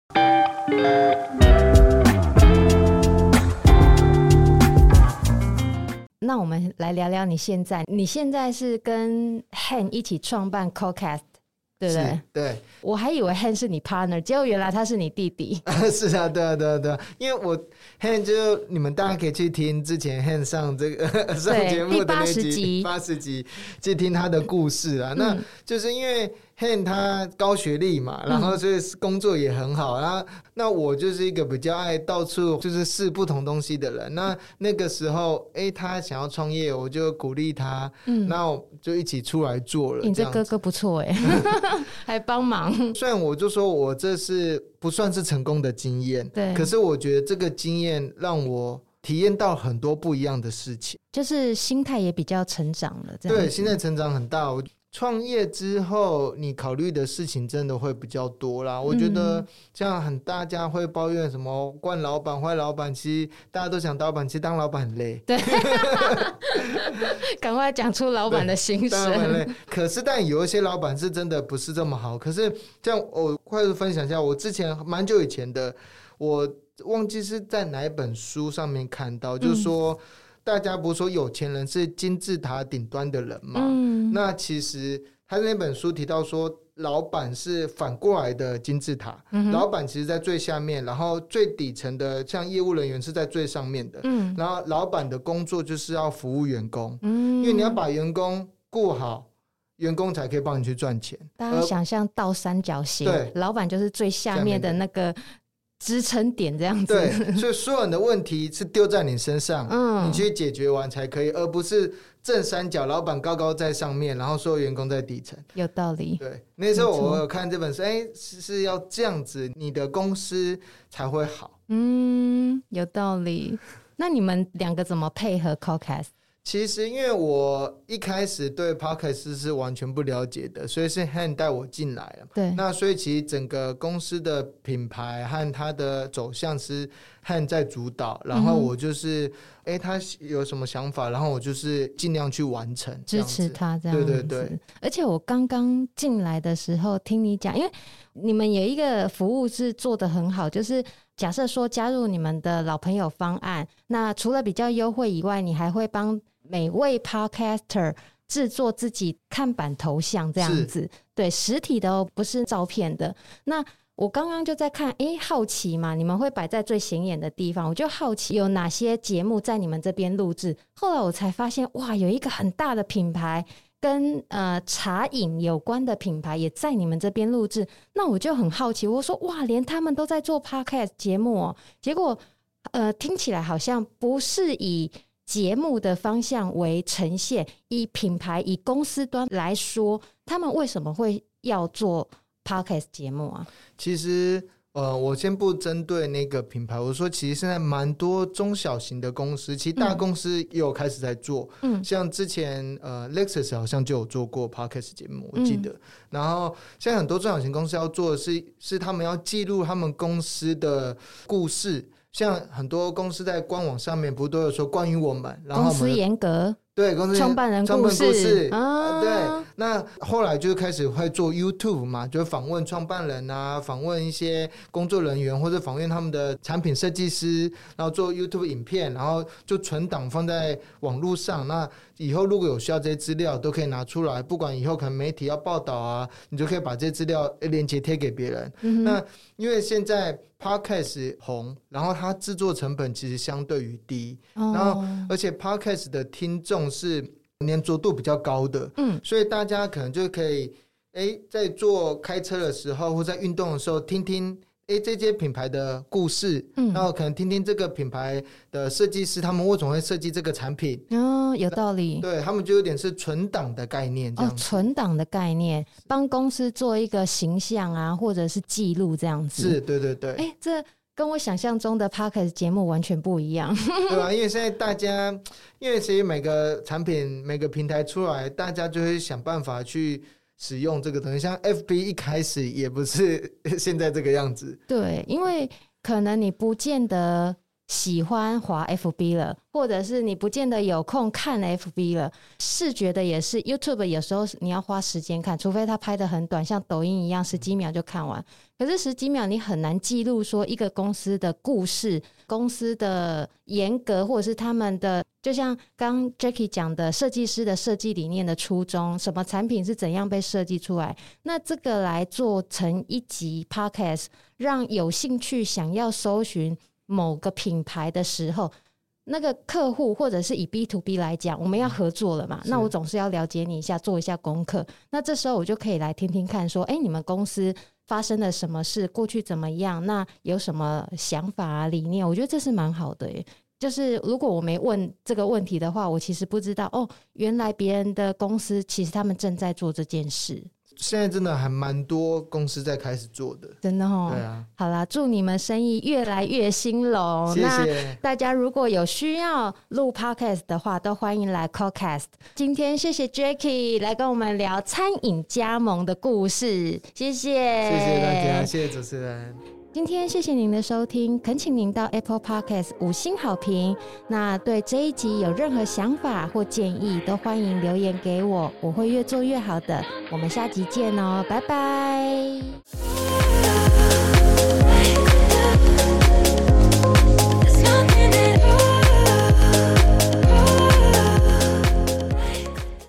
那我们来聊聊你现在，你现在是跟 Han 一起创办 Cocast。 对不对？ 对， 我还以为 Han 是你 partner， 结果原来他是你弟弟。 是啊，对啊，对啊，对啊，因为我 Han 就你们大家可以去听之前 Han 上这个上节目的那集八十集，去听他的故事啊。嗯、那就是因为 Han 他高学历嘛，然后所以工作也很好，然后那我就是一个比较爱到处就是试不同东西的人。那那个时候，哎，他想要创业，我就鼓励他，嗯，那我就一起出来做了。 你这哥哥不错哎，还帮忙。 虽然我就说我这是不算是成功的经验， 对， 可是我觉得这个经验让我体验到很多不一样的事情， 就是心态也比较成长了。这样对，心态成长很大。我创业之后，你考虑的事情真的会比较多啦。我觉得像很大家会抱怨什么惯老板、坏老板，其实大家都想当老板，其实当老板很累。 对，赶快讲出老板的心声。 可是，但有一些老板是真的不是这么好。可是，这样我快速分享一下，我之前蛮久以前的，我忘记是在哪一本书上面看到，嗯、就是说。大家不是说有钱人是金字塔顶端的人嘛？嗯、那其实他那本书提到说，老板是反过来的金字塔，嗯、老板其实在最下面，然后最底层的像业务人员是在最上面的。嗯、然后老板的工作就是要服务员工，嗯、因为你要把员工顾好，员工才可以帮你去赚钱。 大家想象倒三角形，对，老板就是最下面的那个。支撑点这样子， 对，所以所有的问题是丢在你身上，嗯，你去解决完才可以，而不是正三角，老板高高在上面，然后所有员工在底层。 有道理。 对，那时候我有看这本书，哎，是是要这样子，你的公司才会好。 嗯，有道理。那你们两个怎么配合 Codcast？ 其实因为我一开始对 Podcast 是完全不了解的，所以是 Han 带我进来了。 对， 那所以其实整个公司的品牌和它的走向是 Han 在主导，然后我就是哎、嗯、他有什么想法，然后我就是尽量去完成， 支持他这样子。 对对对。 而且我刚刚进来的时候听你讲，因为你们有一个服务是做得很好，就是假设说加入你们的老朋友方案，那除了比较优惠以外，你还会帮每位 podcaster 制作自己看板头像这样子，对，实体的哦，不是照片的。那我刚刚就在看，哎，好奇嘛，你们会摆在最显眼的地方，我就好奇有哪些节目在你们这边录制。后来我才发现，哇，有一个很大的品牌跟呃茶饮有关的品牌也在你们这边录制。那我就很好奇，我说哇，连他们都在做 podcast 节目哦。结果呃听起来好像不是以节目的方向为呈现，以品牌以公司端来说，他们为什么会要做 podcast 节目啊？ 其实呃，我先不针对那个品牌，我说其实现在蛮多中小型的公司，其实大公司也有开始在做，嗯，像之前呃 Lexus 好像就有做过 podcast 节目，我记得，嗯、然后现在很多中小型公司要做的是是他们要记录他们公司的故事。像很多公司在官网上面不都有说关于我们，然后我们公司严格， 对，公司创办人故事，故事啊、对。那后来就开始会做 YouTube 嘛，就访问创办人啊，访问一些工作人员，或者访问他们的产品设计师，然后做 YouTube 影片，然后就存档放在网络上。那以后如果有需要这些资料，都可以拿出来，不管以后可能媒体要报道啊，你就可以把这些资料连结贴给别人。嗯、那因为现在 Podcast 红，然后它制作成本其实相对于低，哦、然后而且 Podcast 的听众是黏着度比较高的，嗯，所以大家可能就可以，哎，在做开车的时候或在运动的时候听听，哎，这些品牌的故事，嗯，然后可能听听这个品牌的设计师他们为什么会设计这个产品， 哦，有道理， 对，他们就有点是存档的概念这样子， 哦，存档的概念，帮公司做一个形象啊，或者是记录这样子， 是，对对对， 哎，这跟我想象中的 podcast 节目完全不一样， 对吧？因为现在大家，因为其实每个产品、每个平台出来，大家就会想办法去使用这个东西。像 F B 一开始也不是现在这个样子， 对，因为可能你不见得喜欢滑 F B 了，或者是你不见得有空看 F B 了。视觉的也是 YouTube， 有时候你要花时间看，除非它拍得很短，像抖音一样十几秒就看完。可是十几秒你很难记录说一个公司的故事、公司的严格，或者是他们的，就像刚 Jackie 讲的设计师的设计理念的初衷，什么产品是怎样被设计出来。那这个来做成一集 Podcast， 让有兴趣想要搜寻某个品牌的时候，那个客户或者是以 B to B 来讲，我们要合作了嘛，那我总是要了解你一下，做一下功课。那这时候我就可以来听听看说，哎、欸，你们公司发生了什么事，过去怎么样，那有什么想法啊理念，我觉得这是蛮好的耶。就是如果我没问这个问题的话，我其实不知道哦，原来别人的公司其实他们正在做这件事。 现在真的还蛮多公司在开始做的， 真的哦。 对啊， 好啦，祝你们生意越来越兴隆。 谢谢。 那大家如果有需要录 podcast 的话，都欢迎来 Callcast。今天谢谢 Jackie 来跟我们聊餐饮加盟的故事，谢谢， 谢谢大家，谢谢主持人。 今天谢谢您的收听，恳请您到 Apple Podcast 五星好评。那对这一集有任何想法或建议，都欢迎留言给我，我会越做越好的。我们下集见哦，拜拜。